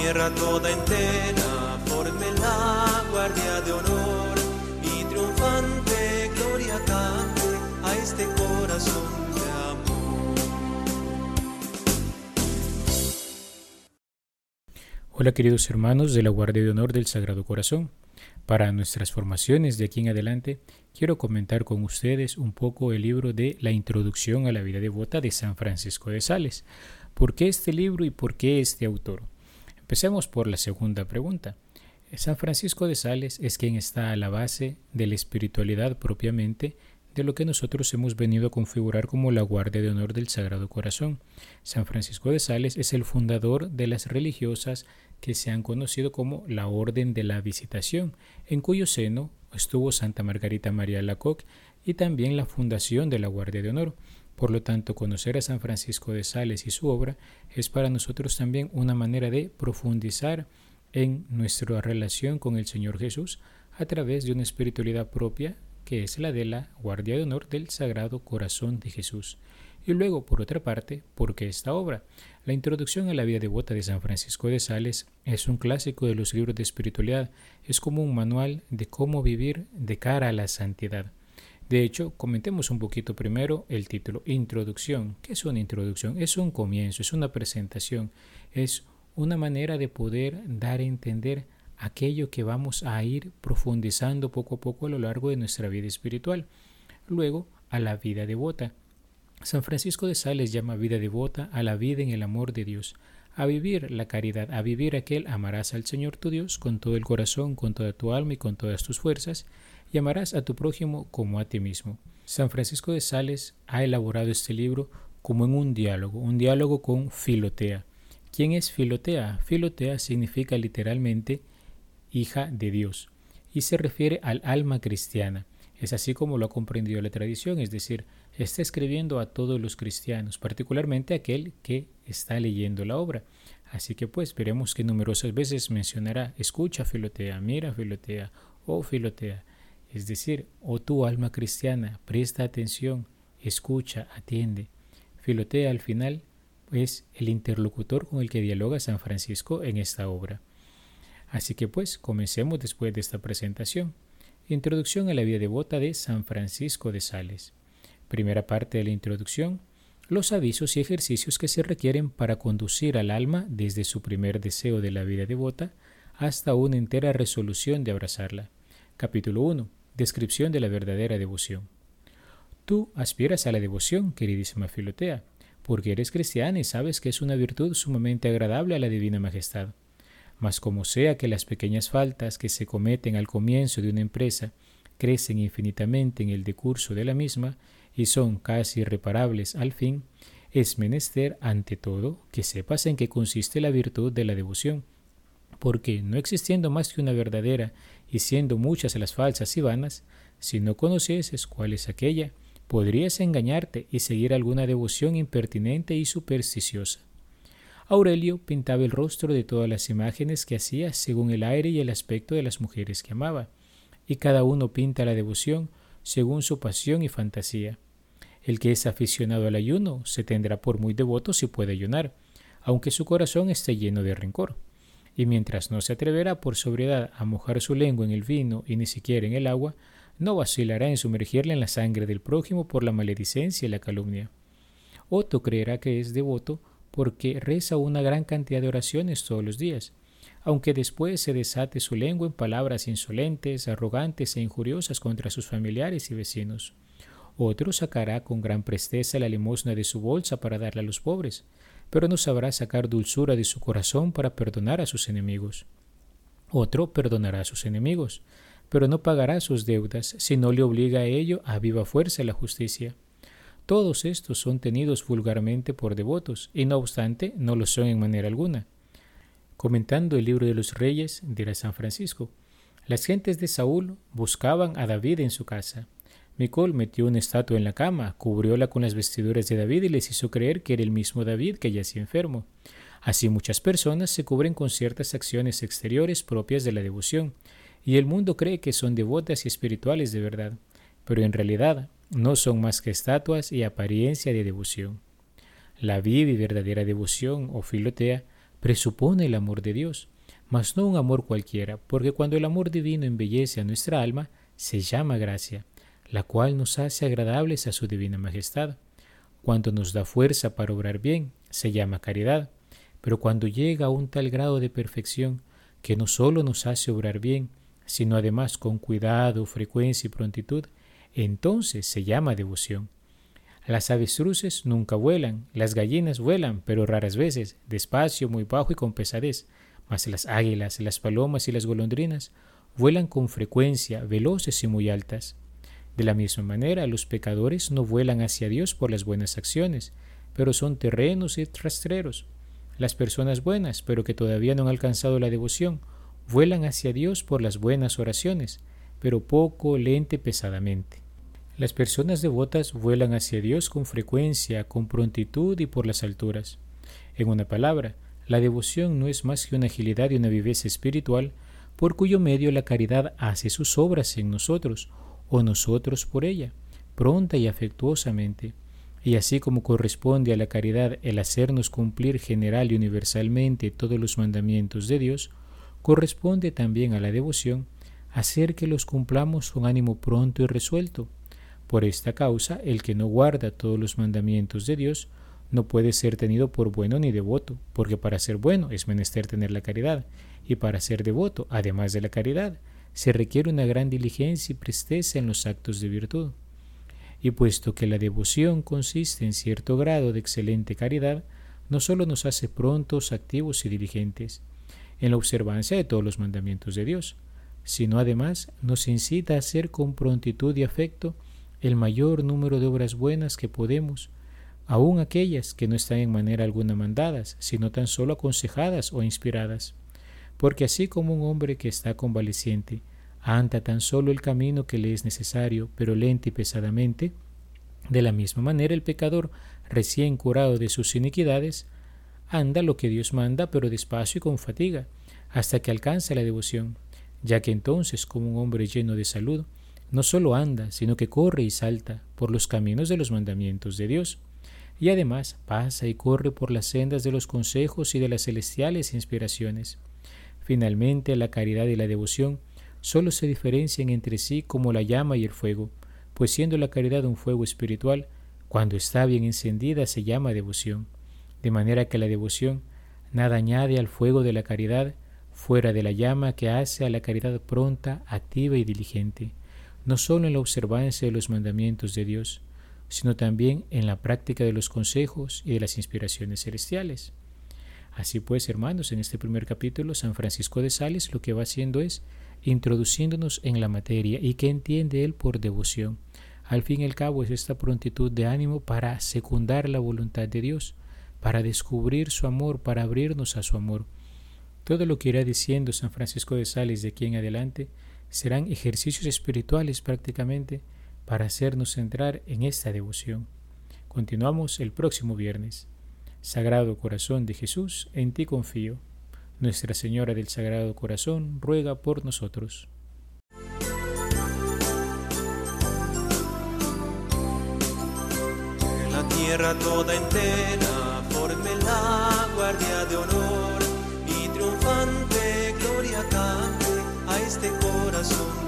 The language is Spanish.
tierra toda entera forme la guardia de honor y triunfante gloria cante a este corazón de amor. Hola queridos hermanos de la Guardia de Honor del Sagrado Corazón. Para nuestras formaciones de aquí en adelante, quiero comentar con ustedes un poco el libro de La Introducción a la Vida Devota de San Francisco de Sales. ¿Por qué este libro y por qué este autor? Empecemos por la segunda pregunta. San Francisco de Sales es quien está a la base de la espiritualidad propiamente de lo que nosotros hemos venido a configurar como la Guardia de Honor del Sagrado Corazón. San Francisco de Sales es el fundador de las religiosas que se han conocido como la Orden de la Visitación, en cuyo seno estuvo Santa Margarita María Alacoque y también la fundación de la Guardia de Honor. Por lo tanto, conocer a San Francisco de Sales y su obra es para nosotros también una manera de profundizar en nuestra relación con el Señor Jesús a través de una espiritualidad propia que es la de la Guardia de Honor del Sagrado Corazón de Jesús. Y luego, por otra parte, ¿por qué esta obra? La Introducción a la Vida Devota de San Francisco de Sales es un clásico de los libros de espiritualidad, es como un manual de cómo vivir de cara a la santidad. De hecho, comentemos un poquito primero el título, Introducción. ¿Qué es una introducción? Es un comienzo, es una presentación, es una manera de poder dar a entender aquello que vamos a ir profundizando poco a poco a lo largo de nuestra vida espiritual. Luego, a la vida devota. San Francisco de Sales llama vida devota a la vida en el amor de Dios, a vivir la caridad, a vivir aquel amarás al Señor tu Dios con todo el corazón, con toda tu alma y con todas tus fuerzas, y amarás a tu prójimo como a ti mismo. San Francisco de Sales ha elaborado este libro como en un diálogo con Filotea. ¿Quién es Filotea? Filotea significa literalmente hija de Dios y se refiere al alma cristiana. Es así como lo ha comprendido la tradición, es decir, está escribiendo a todos los cristianos, particularmente a aquel que está leyendo la obra. Así que pues veremos que numerosas veces mencionará, escucha Filotea, mira Filotea, oh Filotea, es decir, oh tu alma cristiana, presta atención, escucha, atiende. Filotea al final es el interlocutor con el que dialoga San Francisco en esta obra. Así que pues comencemos después de esta presentación. Introducción a la vida devota de San Francisco de Sales. Primera parte de la introducción, los avisos y ejercicios que se requieren para conducir al alma desde su primer deseo de la vida devota hasta una entera resolución de abrazarla. Capítulo 1. Descripción de la verdadera devoción. Tú aspiras a la devoción, queridísima Filotea, porque eres cristiana y sabes que es una virtud sumamente agradable a la Divina Majestad. Mas como sea que las pequeñas faltas que se cometen al comienzo de una empresa crecen infinitamente en el decurso de la misma y son casi irreparables al fin, es menester, ante todo, que sepas en qué consiste la virtud de la devoción, porque no existiendo más que una verdadera y siendo muchas las falsas y vanas, si no conocieses cuál es aquella, podrías engañarte y seguir alguna devoción impertinente y supersticiosa. Aurelio pintaba el rostro de todas las imágenes que hacía según el aire y el aspecto de las mujeres que amaba, y cada uno pinta la devoción según su pasión y fantasía. El que es aficionado al ayuno se tendrá por muy devoto si puede ayunar, aunque su corazón esté lleno de rencor, y mientras no se atreverá por sobriedad a mojar su lengua en el vino y ni siquiera en el agua, no vacilará en sumergirla en la sangre del prójimo por la maledicencia y la calumnia. Otro creerá que es devoto porque reza una gran cantidad de oraciones todos los días, aunque después se desate su lengua en palabras insolentes, arrogantes e injuriosas contra sus familiares y vecinos. Otro sacará con gran presteza la limosna de su bolsa para darla a los pobres, pero no sabrá sacar dulzura de su corazón para perdonar a sus enemigos. Otro perdonará a sus enemigos, pero no pagará sus deudas si no le obliga a ello a viva fuerza la justicia. Todos estos son tenidos vulgarmente por devotos, y no obstante no lo son en manera alguna. Comentando el libro de los Reyes, dirá San Francisco, las gentes de Saúl buscaban a David en su casa. Micol metió una estatua en la cama, cubrióla con las vestiduras de David y les hizo creer que era el mismo David que yacía enfermo. Así muchas personas se cubren con ciertas acciones exteriores propias de la devoción, y el mundo cree que son devotas y espirituales de verdad, pero en realidad no son más que estatuas y apariencia de devoción. La viva y verdadera devoción, o filotea, presupone el amor de Dios, mas no un amor cualquiera, porque cuando el amor divino embellece a nuestra alma, se llama gracia, la cual nos hace agradables a su divina majestad. Cuando nos da fuerza para obrar bien, se llama caridad, pero cuando llega a un tal grado de perfección que no solo nos hace obrar bien, sino además con cuidado, frecuencia y prontitud, entonces se llama devoción. Las avestruces nunca vuelan, las gallinas vuelan, pero raras veces, despacio, muy bajo y con pesadez, mas las águilas, las palomas y las golondrinas vuelan con frecuencia, veloces y muy altas. De la misma manera, los pecadores no vuelan hacia Dios por las buenas acciones, pero son terrenos y rastreros. Las personas buenas, pero que todavía no han alcanzado la devoción, vuelan hacia Dios por las buenas oraciones, pero poco, lento y pesadamente. Las personas devotas vuelan hacia Dios con frecuencia, con prontitud y por las alturas. En una palabra, la devoción no es más que una agilidad y una viveza espiritual, por cuyo medio la caridad hace sus obras en nosotros, o nosotros por ella, pronta y afectuosamente. Y así como corresponde a la caridad el hacernos cumplir general y universalmente todos los mandamientos de Dios, corresponde también a la devoción hacer que los cumplamos con ánimo pronto y resuelto. Por esta causa, el que no guarda todos los mandamientos de Dios no puede ser tenido por bueno ni devoto, porque para ser bueno es menester tener la caridad, y para ser devoto, además de la caridad, se requiere una gran diligencia y presteza en los actos de virtud. Y puesto que la devoción consiste en cierto grado de excelente caridad, no solo nos hace prontos, activos y diligentes en la observancia de todos los mandamientos de Dios, sino además nos incita a hacer con prontitud y afecto el mayor número de obras buenas que podemos, aun aquellas que no están en manera alguna mandadas, sino tan solo aconsejadas o inspiradas. Porque así como un hombre que está convaleciente anda tan solo el camino que le es necesario, pero lento y pesadamente, de la misma manera el pecador, recién curado de sus iniquidades, anda lo que Dios manda, pero despacio y con fatiga, hasta que alcanza la devoción, ya que entonces, como un hombre lleno de salud, no solo anda, sino que corre y salta por los caminos de los mandamientos de Dios, y además pasa y corre por las sendas de los consejos y de las celestiales inspiraciones. Finalmente, la caridad y la devoción solo se diferencian entre sí como la llama y el fuego, pues siendo la caridad un fuego espiritual, cuando está bien encendida se llama devoción, de manera que la devoción nada añade al fuego de la caridad fuera de la llama que hace a la caridad pronta, activa y diligente, no solo en la observancia de los mandamientos de Dios, sino también en la práctica de los consejos y de las inspiraciones celestiales. Así pues, hermanos, en este primer capítulo, San Francisco de Sales lo que va haciendo es introduciéndonos en la materia y qué entiende él por devoción. Al fin y al cabo es esta prontitud de ánimo para secundar la voluntad de Dios, para descubrir su amor, para abrirnos a su amor. Todo lo que irá diciendo San Francisco de Sales de aquí en adelante serán ejercicios espirituales prácticamente para hacernos entrar en esta devoción. Continuamos el próximo viernes. Sagrado Corazón de Jesús, en ti confío. Nuestra Señora del Sagrado Corazón ruega por nosotros. Que la tierra toda entera forme la guardia de honor y triunfante gloria cante a este corazón